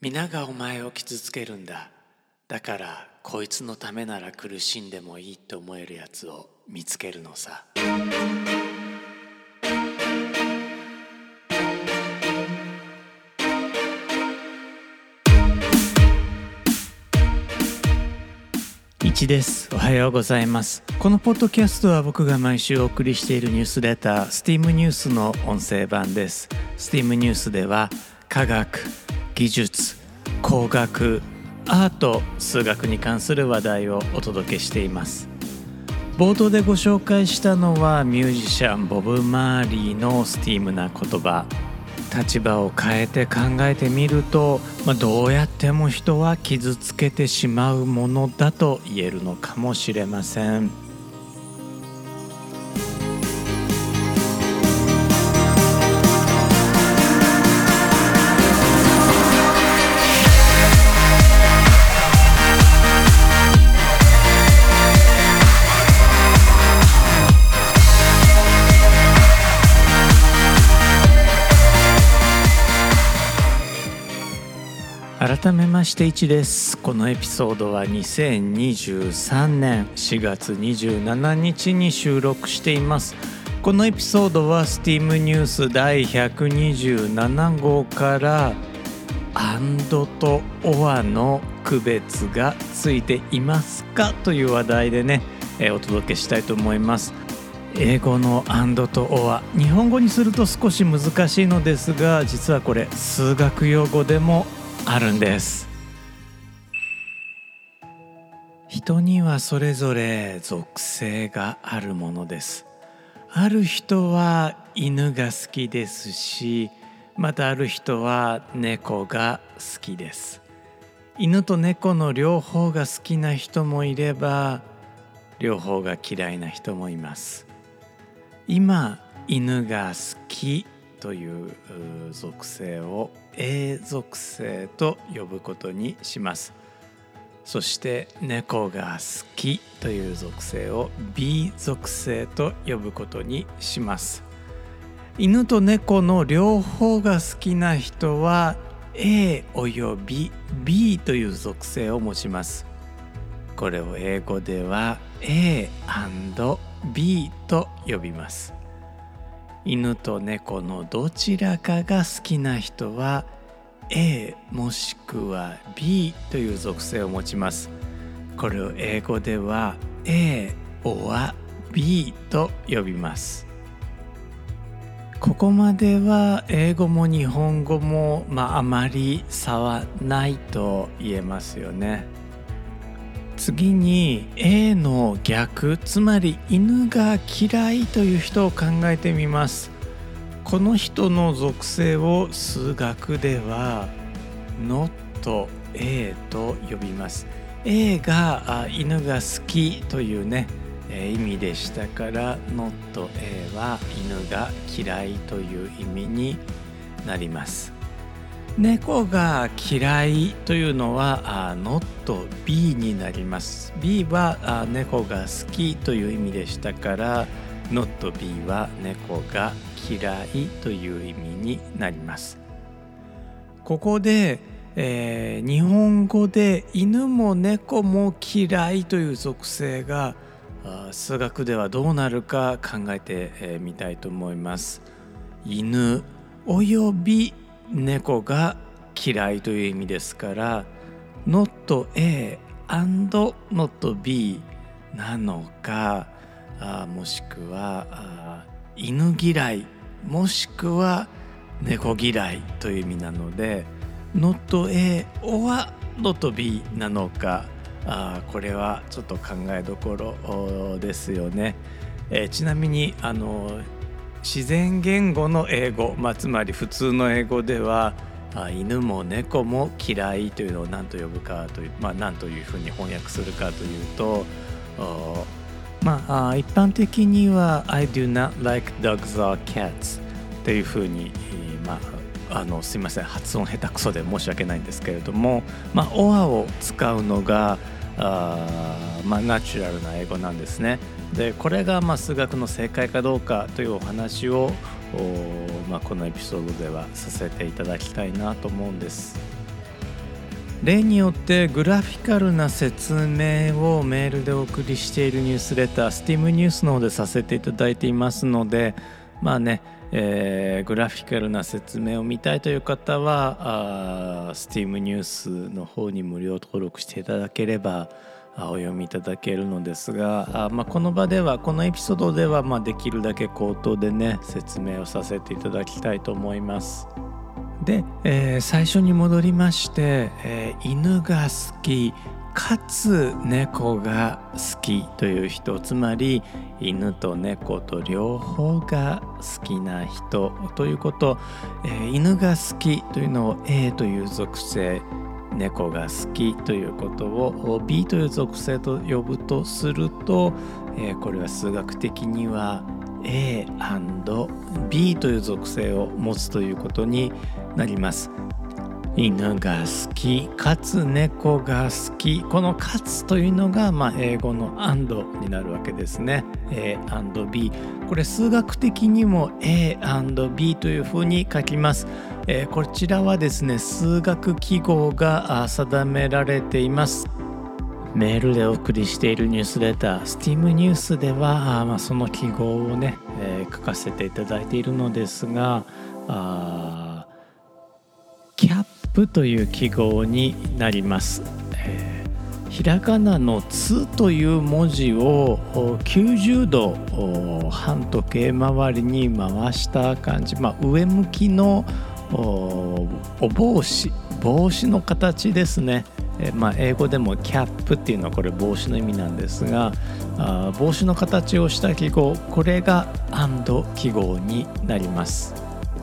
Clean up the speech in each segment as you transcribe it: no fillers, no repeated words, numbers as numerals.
皆がお前を傷つけるんだ。だからこいつのためなら苦しんでもいいと思えるやつを見つけるのさ。1です。おはようございます。このポッドキャストは僕が毎週お送りしているニュースレター STEAM ニュースの音声版です。 STEAM ニュースでは科学、技術、工学、アート、数学に関する話題をお届けしています。冒頭でご紹介したのはミュージシャンボブ・マーリーの STEAM な言葉。立場を変えて考えてみると、どうやっても人は傷つけてしまうものだと言えるのかもしれません。改めまして1です。このエピソードは2023年4月27日に収録しています。このエピソードは STEAM ニュース第127号からアンドとオアの区別がついていますかという話題でね、お届けしたいと思います。英語のアンドとオア、日本語にすると少し難しいのですが、実はこれ数学用語でもあるんです。人にはそれぞれ属性があるものです。ある人は犬が好きですし、またある人は猫が好きです。犬と猫の両方が好きな人もいれば、両方が嫌いな人もいます。今、犬が好きという属性を A 属性と呼ぶことにします。そして猫が好きという属性を B 属性と呼ぶことにします。犬と猫の両方が好きな人は A および B という属性を持ちます。これを英語では A&B と呼びます。犬と猫のどちらかが好きな人は A もしくは B という属性を持ちます。これを英語では A or B と呼びます。ここまでは英語も日本語もあまり差はないと言えますよね。次に A の逆、つまり犬が嫌いという人を考えてみます。この人の属性を数学では not A と呼びます。 A が犬が好きというね、意味でしたから not A は犬が嫌いという意味になります。猫が嫌いというのはnot B になります。 B は猫が好きという意味でしたから not B は猫が嫌いという意味になります。ここで、日本語で犬も猫も嫌いという属性が数学ではどうなるか考えてみたいと思います。犬および猫が嫌いという意味ですから not A and not B なのか、もしくは犬嫌いもしくは猫嫌いという意味なので not A or not B なのか、これはちょっと考えどころですよね。ちなみに自然言語の英語、つまり普通の英語では犬も猫も嫌いというのを何と呼ぶかという、何というふうに翻訳するかというと、一般的には I do not like dogs or cats というふうに、すいません、発音下手くそで申し訳ないんですけれども、or を使うのがナチュラルな英語なんですね。でこれが数学の正解かどうかというお話をこのエピソードではさせていただきたいなと思うんです。 例によってグラフィカルな説明をメールでお送りしているニュースレター STEAM ニュースの方でさせていただいていますので、グラフィカルな説明を見たいという方はSTEAM ニュースの方に無料登録していただければお読みいただけるのですが、この場ではこのエピソードではできるだけ口頭でね説明をさせていただきたいと思います。で、最初に戻りまして、犬が好きかつ猫が好きという人、つまり犬と猫と両方が好きな人ということ、犬が好きというのを A という属性、猫が好きということを B という属性と呼ぶとすると、これは数学的には A&B という属性を持つということになります。犬が好きかつ猫が好き、このかつというのが、英語の and になるわけですね。 A&B、 これ数学的にも A&B というふうに書きます。こちらはですね数学記号が定められています。メールでお送りしているニュースレター STEAM ニュースではその記号をね、書かせていただいているのですが、キャップという記号になります。ひらがなのつという文字を90度反時計回りに回した感じ、上向きのお帽子の形ですね。英語でもキャップっていうのはこれ帽子の意味なんですが、帽子の形をした記号、これが and 記号になります。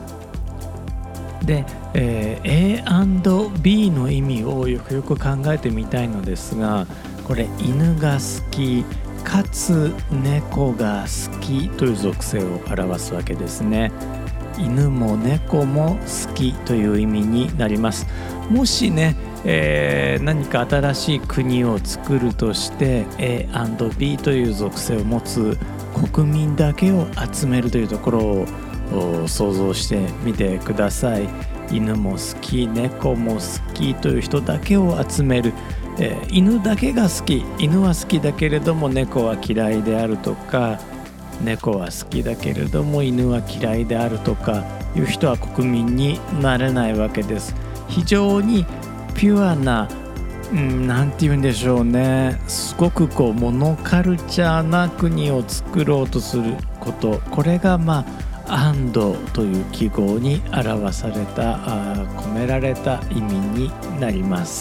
で、A&B の意味をよくよく考えてみたいのですが、これ犬が好きかつ猫が好きという属性を表すわけですね。犬も猫も好きという意味になります。もしね、何か新しい国を作るとして A&B という属性を持つ国民だけを集めるというところを想像してみてください。犬も好き猫も好きという人だけを集める、犬だけが好き、犬は好きだけれども猫は嫌いであるとか、猫は好きだけれども犬は嫌いであるとかいう人は国民になれないわけです。非常にピュアな、なんて言うんでしょうね、すごくモノカルチャーな国を作ろうとすること、これがand という記号に表された込められた意味になります。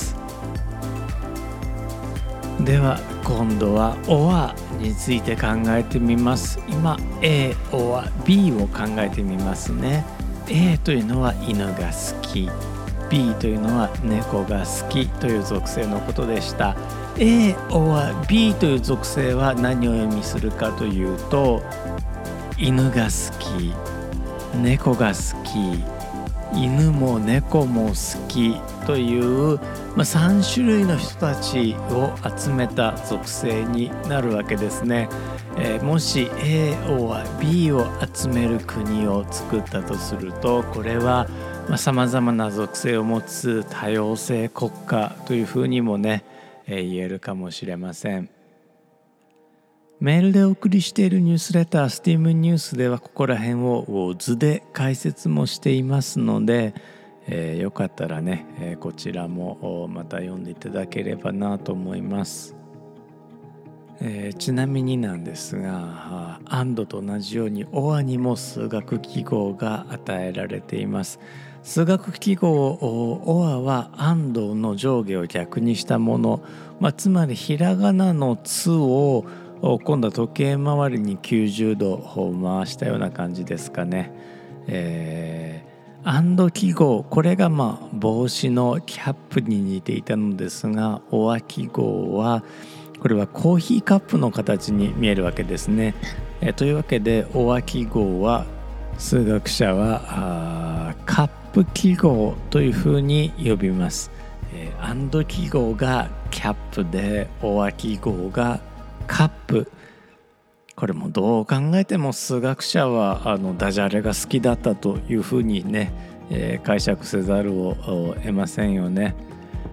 では今度は or について考えてみます。今 A or B を考えてみますね。 A というのは犬が好き、 B というのは猫が好きという属性のことでした。 A or B という属性は何を意味するかというと、犬が好き、猫が好き、犬も猫も好きという、3種類の人たちを集めた属性になるわけですね。もし A or B を集める国を作ったとすると、これはさまざまな属性を持つ多様性国家というふうにもね、言えるかもしれません。メールでお送りしているニュースレター STEAM ニュースではここら辺を図で解説もしていますので、よかったらね、こちらもまた読んでいただければなと思います。ちなみになんですが、and と同じように or にも数学記号が与えられています。数学記号 or は and の上下を逆にしたもの、つまりひらがなのつを今度は時計回りに90度回したような感じですかね。and 記号、これが帽子のキャップに似ていたのですが、or 記号はこれはコーヒーカップの形に見えるわけですね。というわけで or 記号は数学者はカップ記号というふうに呼びます。and 記号がキャップで or 記号がカップ。これもどう考えても数学者はダジャレが好きだったというふうにね、解釈せざるを得ませんよね。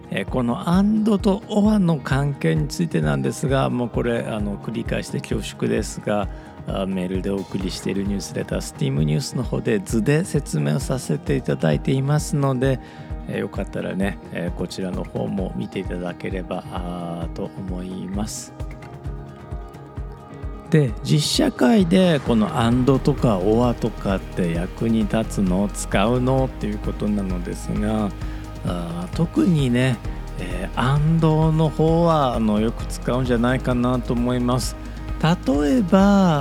この and と or の関係についてなんですが、もうこれ繰り返して恐縮ですが、メールでお送りしているニュースレター STEAM ニュースの方で図で説明をさせていただいていますので、よかったらね、こちらの方も見ていただければと思います。で、実社会でこの and とか or とかって役に立つの使うのっていうことなのですが、特にね、and の方はよく使うんじゃないかなと思います。例えば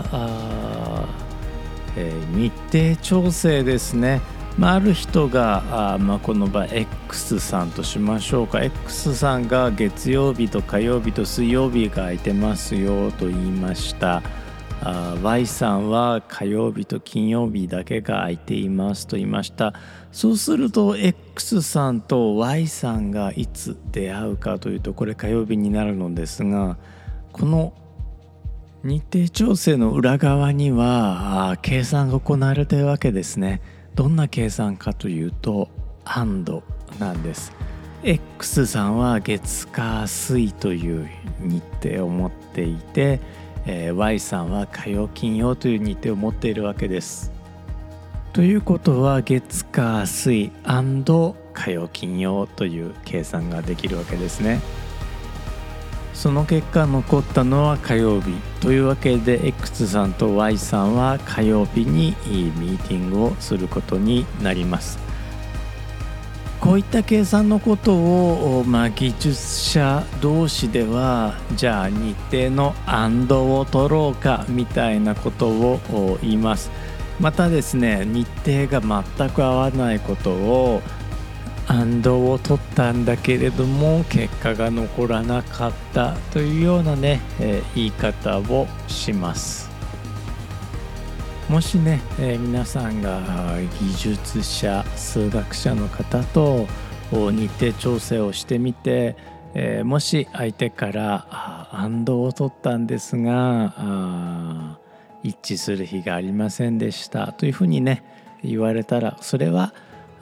日程調整ですね。ある人がこの場合 X さんとしましょうか。 X さんが月曜日と火曜日と水曜日が空いてますよと言いました。Y さんは火曜日と金曜日だけが空いていますと言いました。そうすると X さんと Y さんがいつ出会うかというと、これ火曜日になるのですが、この日程調整の裏側には計算が行われているわけですね。どんな計算かというと and なんです。 X さんは月火水という日程を持っていて、Y さんは火曜金曜という日程を持っているわけです。ということは月火水&火曜金曜という計算ができるわけですね。その結果残ったのは火曜日というわけで、 X さんと Y さんは火曜日にミーティングをすることになります。こういった計算のことを、技術者同士では、じゃあ日程の and を取ろうかみたいなことを言います。またですね、日程が全く合わないことをand を取ったんだけれども結果が残らなかったというようなね、言い方をします。もしね、皆さんが技術者数学者の方と日程調整をしてみて、もし相手からand を取ったんですが一致する日がありませんでしたというふうにね言われたら、それは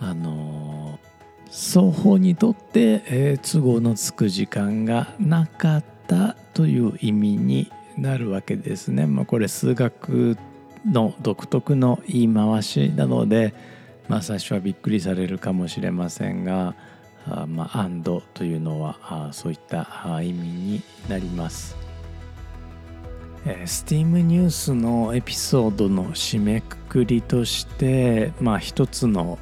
双方にとって、都合のつく時間がなかったという意味になるわけですね。これ数学の独特の言い回しなので、最初はびっくりされるかもしれませんが、and というのはそういった意味になります。STEAM ニュースのエピソードの締めくくりとして、一つの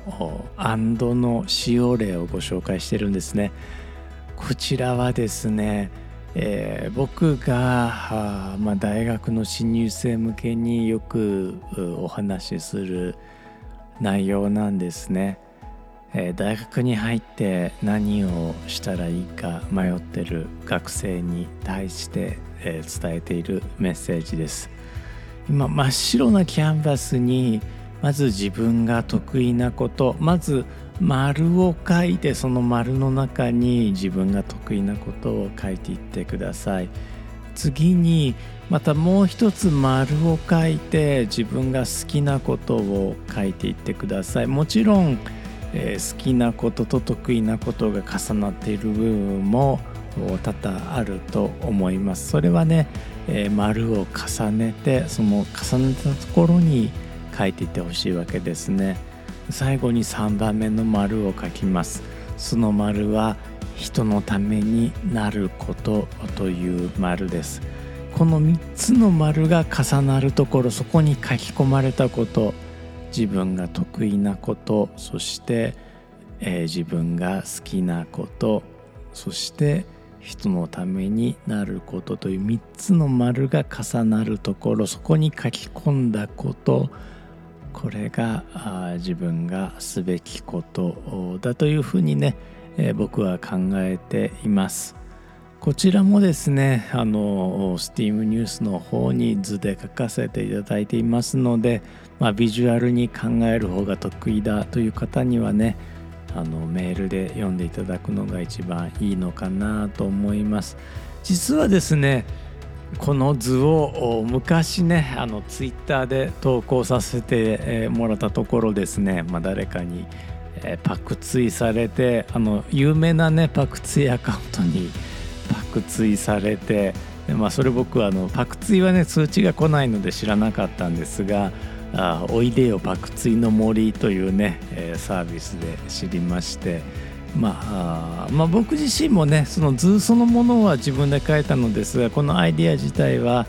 and の使用例をご紹介してるんですね。こちらはですね、僕が、大学の新入生向けによくお話しする内容なんですね。大学に入って何をしたらいいか迷ってる学生に対して伝えているメッセージです。今真っ白なキャンバスにまず自分が得意なこと、まず丸を書いて、その丸の中に自分が得意なことを書いていってください。次にまたもう一つ丸を書いて自分が好きなことを書いていってください。もちろん、好きなことと得意なことが重なっている部分も多々あると思います。それはね、丸を重ねてその重ねたところに書いていってほしいわけですね。最後に3番目の丸を書きます。その丸は人のためになることという丸です。この3つの丸が重なるところ、そこに書き込まれたこと、自分が得意なこと、そして、自分が好きなこと、そして人のためになることという3つの丸が重なるところ、そこに書き込んだこと、これが自分がすべきことだというふうにね、僕は考えています。こちらもですね、STEAM ニュースの方に図で書かせていただいていますので、ビジュアルに考える方が得意だという方にはね、メールで読んでいただくのが一番いいのかなと思います。実はですね、この図を昔ねツイッターで投稿させてもらったところですね、誰かにパクツイされて有名なねパクツイアカウントにパクツイされて、それ僕はパクツイはね通知が来ないので知らなかったんですが、おいでよパクツイの森というね、サービスで知りまして、僕自身もねその図そのものは自分で書いたのですが、このアイデア自体は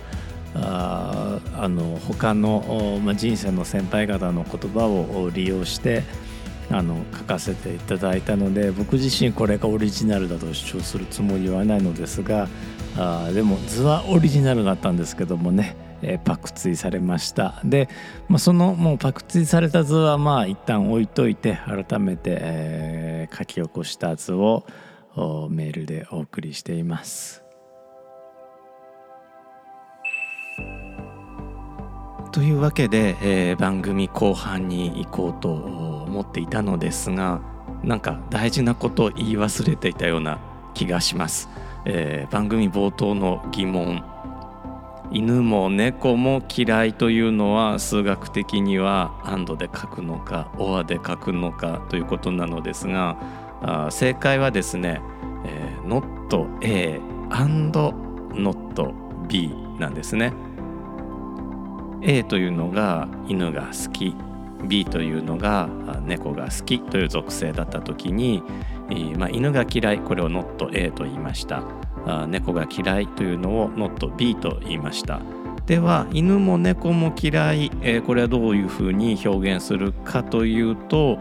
他の、人生の先輩方の言葉を利用して書かせていただいたので、僕自身これがオリジナルだと主張するつもりはないのですが、でも図はオリジナルだったんですけどもね、パクツイされました。で、そのもうパクツイされた図は一旦置いといて、改めて、書き起こした図をメールでお送りしています。というわけで、番組後半に行こうと思っていたのですが、なんか大事なことを言い忘れていたような気がします。番組冒頭の疑問、犬も猫も嫌いというのは数学的には&で書くのかorで書くのかということなのですが、正解はですね、not A and not B なんですね。A というのが犬が好き、B というのが猫が好きという属性だったときに、犬が嫌い、これを not A と言いました。猫が嫌いというのを not B と言いました。では犬も猫も嫌い、これはどういうふうに表現するかというと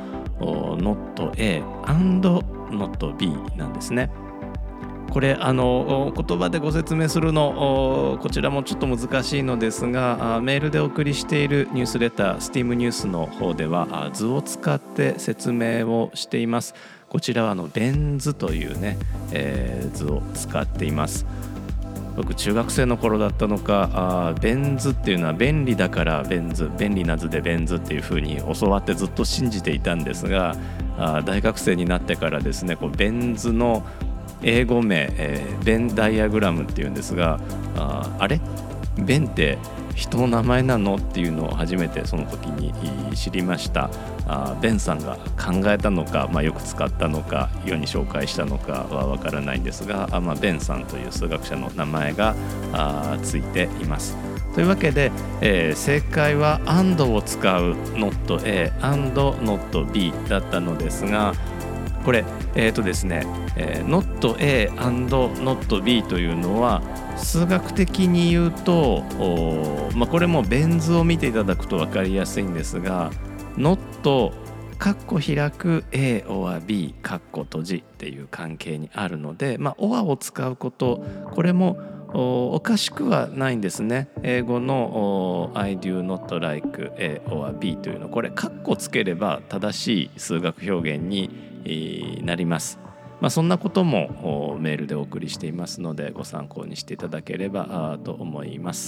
not A and not B なんですね。これ言葉でご説明するのこちらもちょっと難しいのですが、メールでお送りしているニュースレター STEAM ニュースの方では図を使って説明をしています。こちらはベン図というね、図を使っています。僕中学生の頃だったのか、ベン図っていうのは便利だからベン図、便利な図でベン図っていう風に教わってずっと信じていたんですが、大学生になってからですね、ベン図の英語名、ベンダイアグラムっていうんですが、あれベンって人の名前なのっていうのを初めてその時に知りました。ベンさんが考えたのか、よく使ったのか世に紹介したのかはわからないんですが、ベンさんという数学者の名前がついています。というわけで、正解は and を使う not A and not B だったのですが、これですね、not A and not B というのは数学的に言うとこれもベン図を見ていただくと分かりやすいんですが、not カッコ開く A or B カッコ閉じっていう関係にあるので、or を使うこと、これもおかしくはないんですね。英語の I do not like A or B というの、これカッコつければ正しい数学表現になります。そんなこともメールでお送りしていますので、ご参考にしていただければと思います。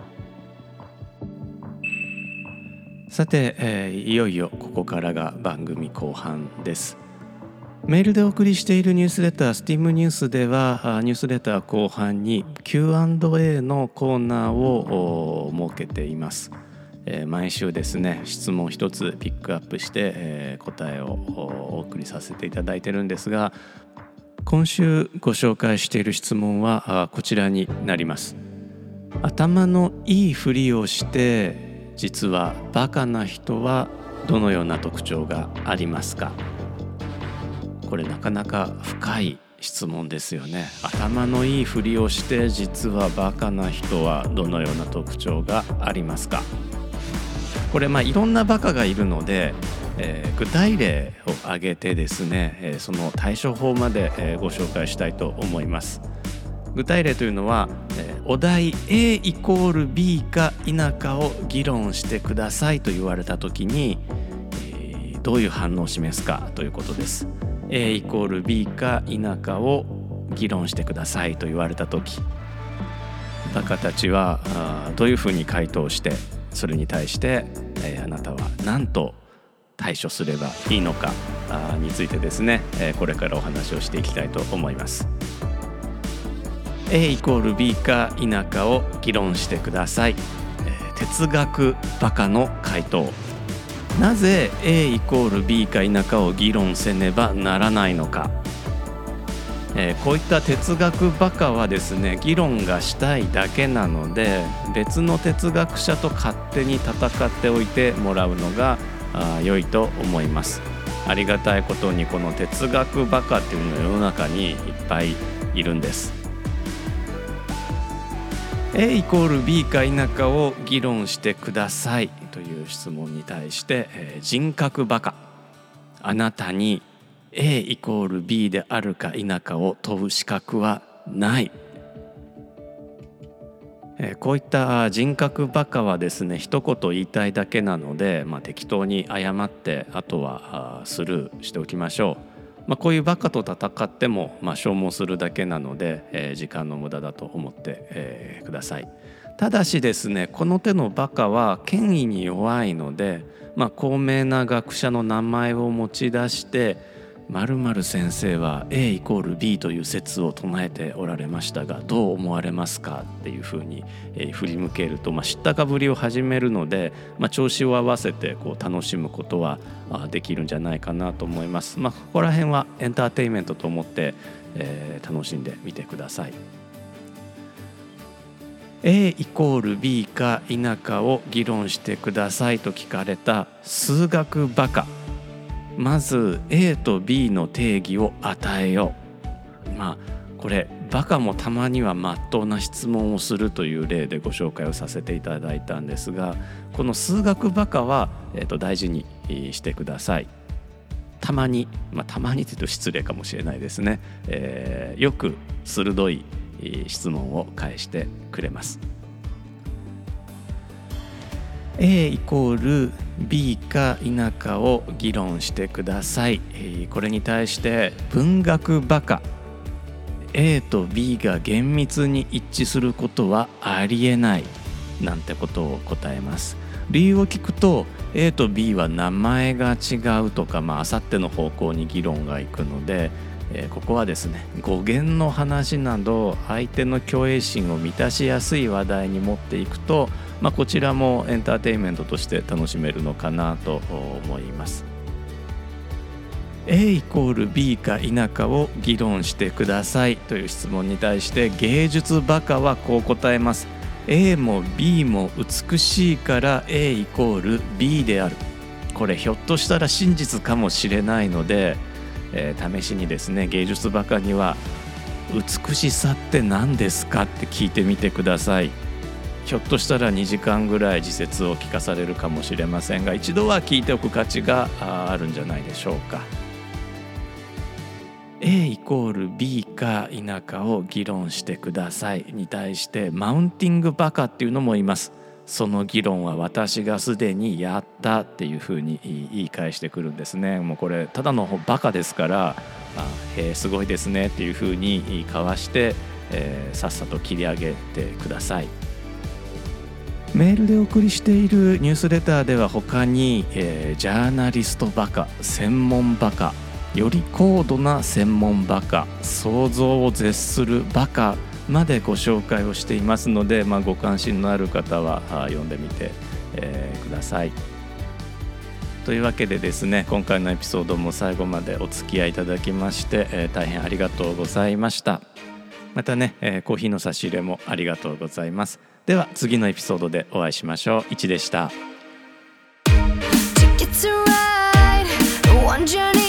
さて、いよいよここからが番組後半です。メールでお送りしているニュースレター STEAM ニュースでは、ニュースレター後半に Q&A のコーナーを設けています。毎週ですね、質問一つピックアップして、答えをお送りさせていただいてるんですが、今週ご紹介している質問はこちらになります。頭のいいふりをして実はバカな人はどのような特徴がありますか？これなかなか深い質問ですよね。頭のいいふりをして実はバカな人はどのような特徴がありますか？これいろんなバカがいるので、具体例を挙げてですね、その対処法まで、ご紹介したいと思います。具体例というのは、お題 A イコール B か否かを議論してくださいと言われたときに、どういう反応を示すかということです。A イコール B か否かを議論してくださいと言われたとき、バカたちはどういうふうに回答して、それに対して、あなたは何と対処すればいいのかについてですね、これからお話をしていきたいと思います。A イコール B か否かを議論してください。哲学バカの回答。 なぜ A イコール B か否かを議論せねばならないのか。こういった哲学バカはですね、議論がしたいだけなので、別の哲学者と勝手に戦っておいてもらうのが良いと思います。ありがたいことにこの哲学バカっていうのが世の中にいっぱいいるんです。A イコール B か否かを議論してくださいという質問に対して、人格バカ、あなたにA イコール B であるか否かを問う資格はない。こういった人格バカはですね、一言言いたいだけなので、適当に謝ってあとはスルーしておきましょう。こういうバカと戦っても、消耗するだけなので、時間の無駄だと思って、ください。ただしですね、この手のバカは権威に弱いので、高名な学者の名前を持ち出して〇〇先生は A イコール B という説を唱えておられましたがどう思われますかっていうふうに、振り向けると、知ったかぶりを始めるので、調子を合わせて楽しむことはできるんじゃないかなと思います。ここら辺はエンターテインメントと思って、楽しんでみてください。A イコール B か否かを議論してくださいと聞かれた数学バカ。まず A と B の定義を与えよう。これバカもたまには真っ当な質問をするという例でご紹介をさせていただいたんですが、この数学バカは、大事にしてください。たまに、たまにというと失礼かもしれないですね、よく鋭い質問を返してくれます。A イコール B か否かを議論してください。これに対して文学バカ、 A と B が厳密に一致することはありえないなんてことを答えます。理由を聞くと A と B は名前が違うとか、あさっての方向に議論がいくので、ここはですね、語源の話など相手の虚栄心を満たしやすい話題に持っていくと、こちらもエンターテインメントとして楽しめるのかなと思います。 A イコール B か否かを議論してくださいという質問に対して芸術バカはこう答えます。 A も B も美しいから A イコール B である。これひょっとしたら真実かもしれないので、試しにですね、芸術バカには美しさって何ですかって聞いてみてください。ひょっとしたら2時間ぐらい自説を聞かされるかもしれませんが、一度は聞いておく価値があるんじゃないでしょうか。 A イコール B か否かを議論してくださいに対してマウンティングバカっていうのもいます。その議論は私がすでにやったっていうふうに言い返してくるんですね。もうこれただのバカですから、すごいですねっていうふうにかわして、さっさと切り上げてください。メールでお送りしているニュースレターでは他に、ジャーナリストバカ、専門バカ、より高度な専門バカ、想像を絶するバカまでご紹介をしていますので、ご関心のある方は読んでみて、ください。というわけでですね、今回のエピソードも最後までお付き合いいただきまして、大変ありがとうございました。またね、コーヒーの差し入れもありがとうございます。では次のエピソードでお会いしましょう。いちでした。Tickets to ride, one journey